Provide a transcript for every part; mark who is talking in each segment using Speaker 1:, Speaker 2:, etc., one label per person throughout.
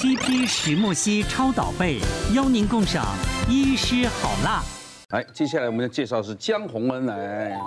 Speaker 1: TP 石墨烯超导被，邀您共赏医师好辣。
Speaker 2: 来，接下来我们要介绍的是江宏恩来。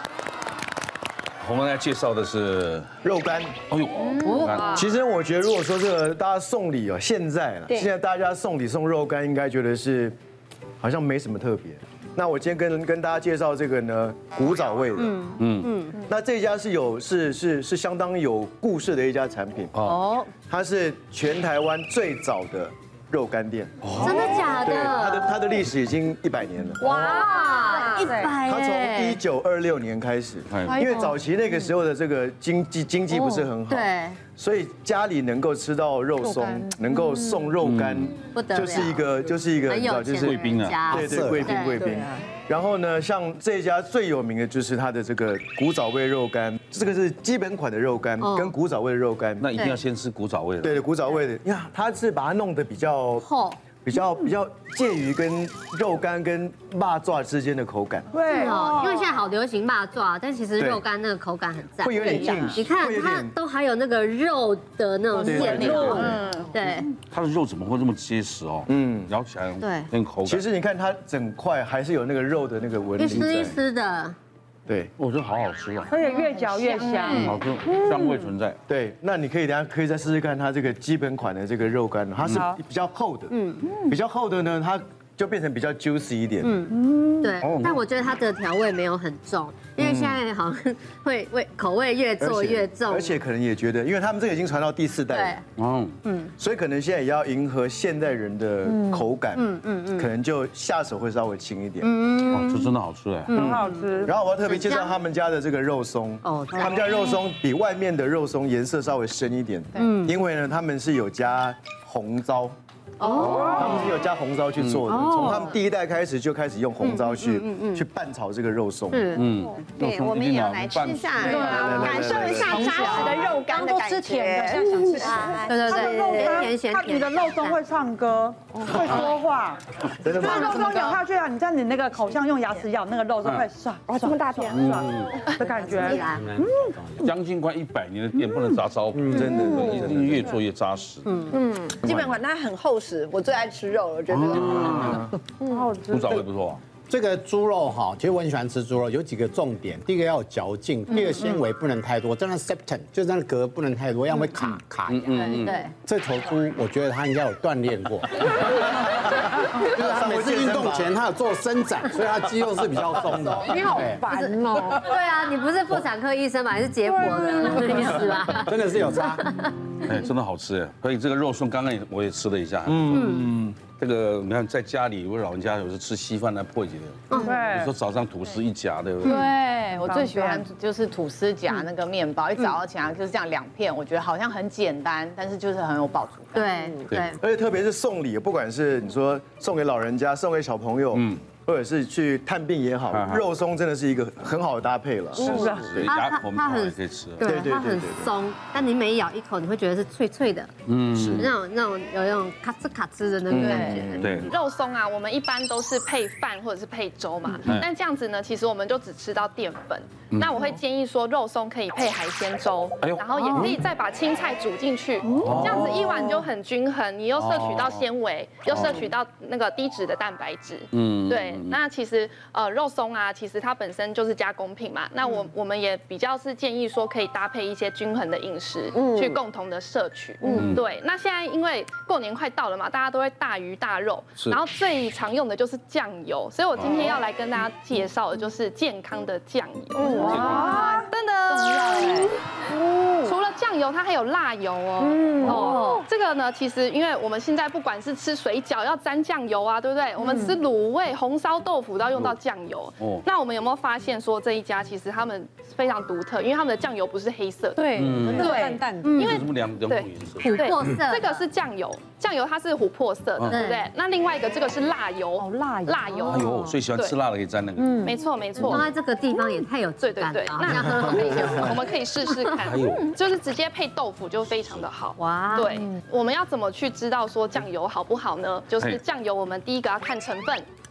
Speaker 2: 洪恩来介绍的是
Speaker 3: 肉干。
Speaker 2: 哎呦，
Speaker 3: 其实我觉得，如果说这个大家送礼哦，现在大家送礼送肉干，应该觉得是好像没什么特别。那我今天跟大家介绍这个呢，古早味的，那这家是相当有故事的一家产品哦，它是全台湾最早的肉干店，
Speaker 4: 真的假
Speaker 3: 对，
Speaker 4: 的？
Speaker 3: 它的历史已经100年了。
Speaker 4: 哇，100！
Speaker 3: 它从1926年开始，因为早期那个时候的这个经济不是很好，
Speaker 4: 对，
Speaker 3: 所以家里能够吃到肉松，能够送肉干，
Speaker 4: 不得了，
Speaker 3: 就是一个
Speaker 4: 很有
Speaker 3: 就是
Speaker 4: 贵宾啊，
Speaker 3: 对，贵宾。然后呢，像这家最有名的就是它的这个古早味肉干，这个是基本款的肉干，跟古早味的肉干，
Speaker 2: 那一定要先吃古早味的。
Speaker 3: 对，古早味的呀，它是把它弄得比较
Speaker 4: 厚。比
Speaker 3: 较介于跟肉干跟肉粽之间的口感。
Speaker 4: 对哦，因为现在好流行肉粽，但其实肉干那个口感很赞，
Speaker 3: 会有点硬。
Speaker 4: 你看它都还有那个肉的那种线路，对。
Speaker 2: 它的肉怎么会这么结实哦？咬起来
Speaker 4: 对，
Speaker 2: 跟口感。
Speaker 3: 其实你看它整块还是有那个肉的那个纹理，
Speaker 4: 一丝一丝的。
Speaker 2: 对，我觉得好好吃啊，
Speaker 5: 而且越嚼越香，
Speaker 2: 好吃，香味存在。
Speaker 3: 对，那你可以等下可以再试试看它这个基本款的这个肉干，它是比较厚的，比较厚的呢，它就变成比较 juicy 一点。
Speaker 4: 对。但我觉得它的调味没有很重，因为现在好像口味越做越重，
Speaker 3: 而且可能也觉得，因为他们这个已经传到第4代了，所以可能现在也要迎合现代人的口感，可能就下手会稍微轻一点。
Speaker 2: 哇，这真的好吃哎，
Speaker 5: 很好吃。
Speaker 3: 然后我要特别介绍他们家的这个肉松，他们家肉松比外面的肉松颜色稍微深一点，因为呢他们是有加红糟。他们是有加红糟去做的，从他们第1代开始就开始用红糟去拌炒这个肉松。
Speaker 6: 对，我们也要来吃一下，感受一下扎实的肉干的感觉。
Speaker 5: 吃甜的，现在想吃咸。
Speaker 4: 对，甜咸甜。
Speaker 5: 你的肉松会唱歌，会说话。
Speaker 3: 真的吗？
Speaker 5: 肉松咬下去啊，你在你那个口腔用牙齿咬那个肉松会爽，
Speaker 6: 这么大片
Speaker 5: 的感觉。
Speaker 2: 将近快100年的店不能砸招牌，真的，一定越做越扎实。
Speaker 6: 基本款它很厚实，我最爱吃肉了，我觉得
Speaker 5: 很好吃。
Speaker 2: 古早味不错。
Speaker 7: 这个猪肉哈，其实我很喜欢吃猪肉，有几个重点。第一个要有嚼劲，第二个纤维不能太多，真的 septum 就是那个嗝不能太多，要不然会卡牙。
Speaker 4: 对。
Speaker 7: 这头猪，我觉得它应该有锻炼过，就是它每次运动前它有做伸展，所以它肌肉是比较松的。
Speaker 5: 你好烦哦。
Speaker 4: 对啊，你不是妇产科医生吧？还是结果的意思吧？
Speaker 7: 真的是有差。
Speaker 2: 哎，真的好吃哎！所以这个肉松刚刚我也吃了一下，这个你看在家里，我老人家有时吃稀饭来配几个，
Speaker 5: 对，
Speaker 2: 有时候早上吐司一夹，对不对？
Speaker 8: 对，我最喜欢就是吐司夹那个面包，一早上起来就是这样2片，我觉得好像很简单，但是就是很有饱足感。
Speaker 4: 对，
Speaker 3: 而且特别是送礼，不管是你说送给老人家、送给小朋友，或者是去探病也好，肉松真的是一个很好的搭配了。
Speaker 2: 是，它很可以吃，
Speaker 4: 对，它很松，但你每咬一口，你会觉得是脆脆的，是那种有那种咔哧咔哧的那种感觉。
Speaker 2: 对，
Speaker 9: 肉松啊，我们一般都是配饭或者是配粥嘛，但这样子呢，其实我们就只吃到淀粉。那我会建议说，肉松可以配海鲜粥，然后也可以再把青菜煮进去，这样子一碗就很均衡，你又摄取到纤维，又摄取到那个低脂的蛋白质。对。那其实肉松啊，其实它本身就是加工品嘛。那我们也比较是建议说，可以搭配一些均衡的饮食，去共同的摄取。对。那现在因为过年快到了嘛，大家都会大鱼大肉，然后最常用的就是酱油，所以我今天要来跟大家介绍的就是健康的酱油。哇，真的！除了酱油，它还有辣油哦。这个呢，其实因为我们现在不管是吃水饺要沾酱油啊，对不对？我们吃卤味、红烧豆腐都要用到酱油。那我们有没有发现说这一家其实他们非常独特，因为他们的酱油不是黑色的，
Speaker 5: 对，淡淡的，
Speaker 2: 因为什么两种颜色？
Speaker 4: 琥珀色，
Speaker 9: 这个是酱油，酱油它是琥珀色的，对不对？那另外一个这个是辣油，辣油，
Speaker 2: 哎呦，所以喜欢吃辣的可以沾那个。
Speaker 9: 没错没错。
Speaker 4: 放在这个地方也太有质感了，
Speaker 9: 那我们可以试试看，就是直接配豆腐就非常的好。哇，对，我们要怎么去知道说酱油好不好呢？就是酱油，我们第一个要看成分。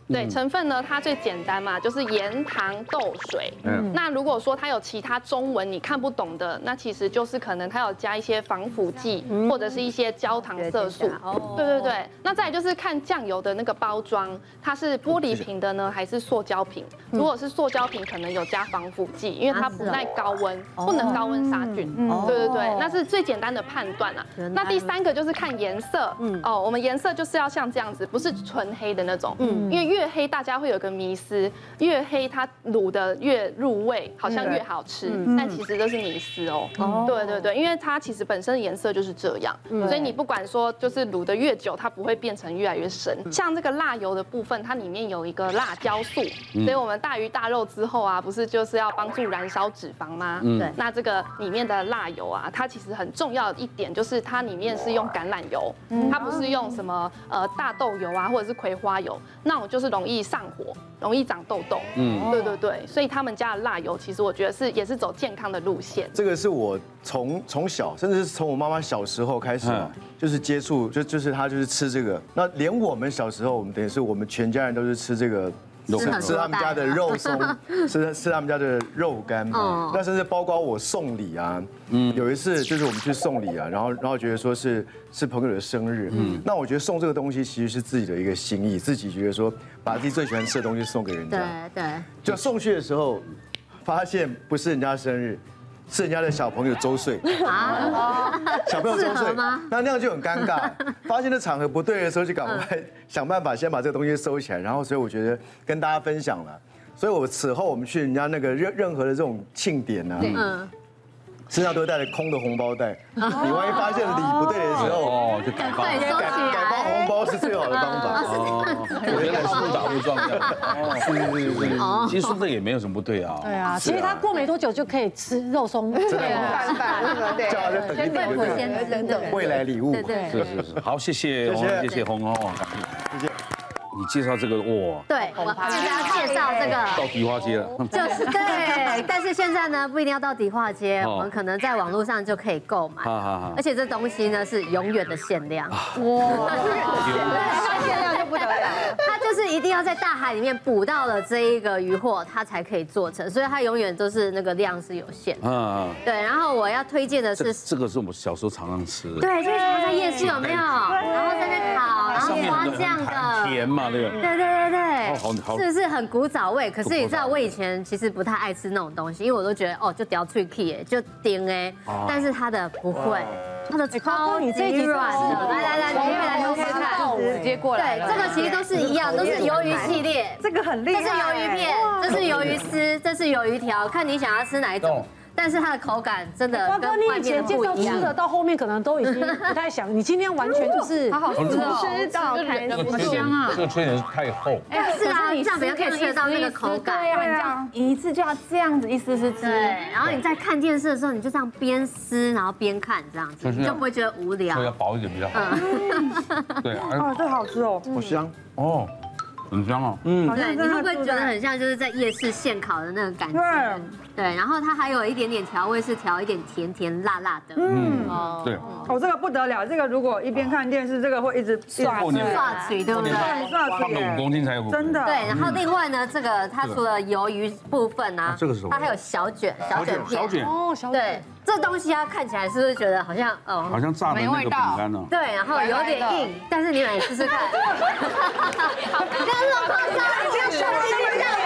Speaker 9: 对，成分呢，它最简单嘛，就是盐、糖、豆、水。那如果说它有其他中文你看不懂的，那其实就是可能它有加一些防腐剂，或者是一些焦糖色素。对。那再来就是看酱油的那个包装，它是玻璃瓶的呢，还是塑胶瓶？如果是塑胶瓶，可能有加防腐剂，因为它不耐高温，不能高温杀菌。对，那是最简单的判断啊。那第3个就是看颜色。我们颜色就是要像这样子，不是纯黑的那种。因为越黑大家会有个迷思，越黑它卤的越入味，好像越好吃，但其实都是迷思哦。对，因为它其实本身的颜色就是这样，所以你不管说就是卤的越久，它不会变成越来越深。像这个辣油的部分，它里面有一个辣椒素，所以我们大鱼大肉之后啊，不是就是要帮助燃烧脂肪吗？对，那这个里面的辣油啊，它其实很重要的一点就是它里面是用橄榄油，它不是用什么大豆油啊或者是葵花油，那种就是容易上火，容易长痘痘。对，所以他们家的辣油，其实我觉得也是走健康的路线。
Speaker 3: 这个是我从小，甚至是从我妈妈小时候开始嘛，就是接触，就是她就是吃这个。那连我们小时候，我们等于是我们全家人都是吃这个。吃他们家的肉松，吃他们家的肉干，那甚至包括我送礼啊，有一次就是我们去送礼啊，然后觉得说是朋友的生日，那我觉得送这个东西其实是自己的一个心意，自己觉得说把自己最喜欢吃的东西送给人家，
Speaker 4: 对，
Speaker 3: 就送去的时候发现不是人家生日。是人家的小朋友周岁小朋友周岁，那样就很尴尬。发现的场合不对的时候，就赶快想办法先把这个东西收起来。然后，所以我觉得跟大家分享了。所以此后我们去人家那个任何的这种庆典啊，身上都会带着空的红包袋。你万一发现礼不对的时候，
Speaker 2: 就改包，
Speaker 3: 改包红包是最好的方法。
Speaker 2: 原来是误打误撞的。其实说这也没有什么不对啊。
Speaker 10: 对啊，其实他过没多久就可以吃肉松。
Speaker 3: 对，叫他等一等，未来礼物。
Speaker 2: 是。好，谢谢红哦，谢谢。你介绍这个哇？
Speaker 4: 对，我跟大家介绍这个
Speaker 2: 到迪化街了，
Speaker 4: 就是对，但是现在呢不一定要到迪化街，我们可能在网络上就可以购买，而且这东西呢是永远的限量，哇，
Speaker 6: 限量就不得了，
Speaker 4: 它就是一定要在大海里面捕到了这一个渔获，它才可以做成，所以它永远都是那个量是有限的。对，然后我要推荐的是这
Speaker 2: 个是我们小时候常常吃的，
Speaker 4: 对，就是常在夜市有没有？然后在那烤，然后花酱的，
Speaker 2: 甜嘛。对，
Speaker 4: 是不是很古早味？可是你知道，我以前其实不太爱吃那种东西，因为我都觉得就叼脆 key 就丁哎，但是它的不会，它的超级软的。来，你可以来试试看，
Speaker 8: 直接过来。
Speaker 4: 对，这个其实都是一样，都是鱿鱼系列。
Speaker 5: 这个很厉害，
Speaker 4: 这是鱿鱼片，这是鱿鱼丝，这是鱿鱼条，看你想要吃哪一种。但是它的口感真的跟外面的不一样。
Speaker 10: 吃的到后面可能都已经不太想，你今天完全就是
Speaker 6: 好好吃到开心，
Speaker 2: 很香啊！这个缺点是太厚。
Speaker 4: 是啊，这样比较可以吃得到那个口感。
Speaker 6: 对啊，你这样一次就要这样子一丝丝吃。
Speaker 4: 对，然后你在看电视的时候，你就这样边撕然后边看，这样子你就不会觉得无聊。
Speaker 2: 所以要薄一点比较好。对，
Speaker 5: 这个好吃哦，
Speaker 3: 好香
Speaker 2: 哦。很香哦，
Speaker 4: 对，你会不会觉得很像就是在夜市现烤的那个感觉？对，然后它还有一点点调味，是调一点甜辣辣的。
Speaker 2: 对。
Speaker 5: 这个不得了，这个如果一边看电视，这个会一直
Speaker 4: 刷嘴，对不对？
Speaker 5: 刷
Speaker 2: 嘴，5公斤才有。
Speaker 5: 真的。
Speaker 4: 对，然后另外呢，这个它除了鱿鱼部分啊，
Speaker 2: 这个是什么？
Speaker 4: 它还有小卷片。
Speaker 2: 小卷。
Speaker 10: 小卷。
Speaker 4: 对，这东西它看起来是不是觉得好像
Speaker 2: 好像炸的那个饼干呢？
Speaker 4: 对，然后有点硬，但是你来试试看。不要那么夸张，不要说这样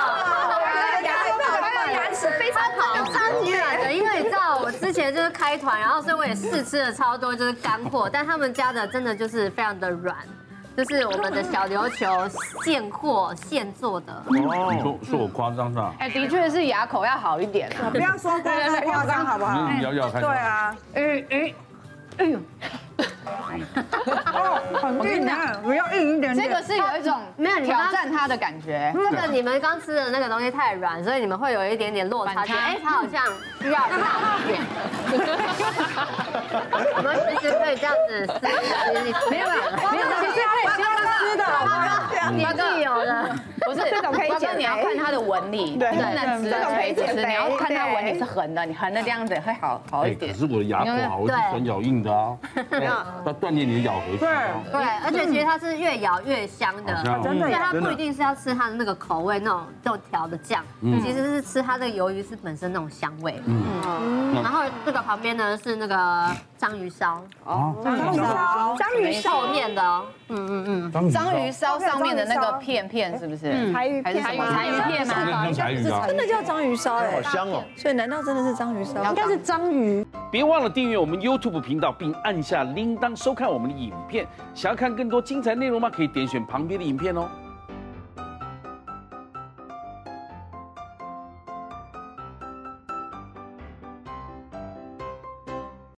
Speaker 4: 的。牙齿非常好，超级软的。因为你知道，我之前就是开团，然后所以我也试吃了超多就是干货，但他们家的真的就是非常的软。就是我们的小琉球现货现做的。
Speaker 2: 你说我夸张是吧？
Speaker 8: 的确是牙口要好一点啊。
Speaker 5: 不要说夸张好不好？
Speaker 2: 你咬看。
Speaker 5: 对啊。哎呦。很硬啊！不要硬一点。
Speaker 8: 这个是有一种挑战它的感觉。
Speaker 4: 这个你们刚吃的那个东西太软，所以你们会有一点点落差，觉得它好像需要辣一点。我们其实可以这样子撕，没有，
Speaker 5: 其实可以这样吃的，
Speaker 4: 年纪有了，
Speaker 8: 不是这种可以剪，你要看它的纹。 纹理，对，不能直的垂直吃。你要看它纹理是横的，你横的这样子会好一点。
Speaker 2: 可是我的牙不好，我是很咬硬的啊，要锻炼你的咬合。
Speaker 4: 对，而且其实它是越咬越香的，真的，所以它不一定是要吃它的那个口味那种调的酱，其实是吃它的鱿鱼是本身那种香味。然后这个旁边呢是那个章鱼烧，
Speaker 6: 章鱼烧
Speaker 4: 面的，
Speaker 8: 章鱼烧上面的那个片是不是？
Speaker 6: 柴鱼片
Speaker 2: 吗？
Speaker 6: 真的叫章鱼烧哎，
Speaker 3: 好香哦！
Speaker 6: 所以难道真的是章鱼烧？
Speaker 10: 应该是章鱼。
Speaker 11: 别忘了订阅我们 YouTube 频道，并按下铃铛收看我们的影片。想要看更多精彩内容吗？可以点选旁边的影片哦。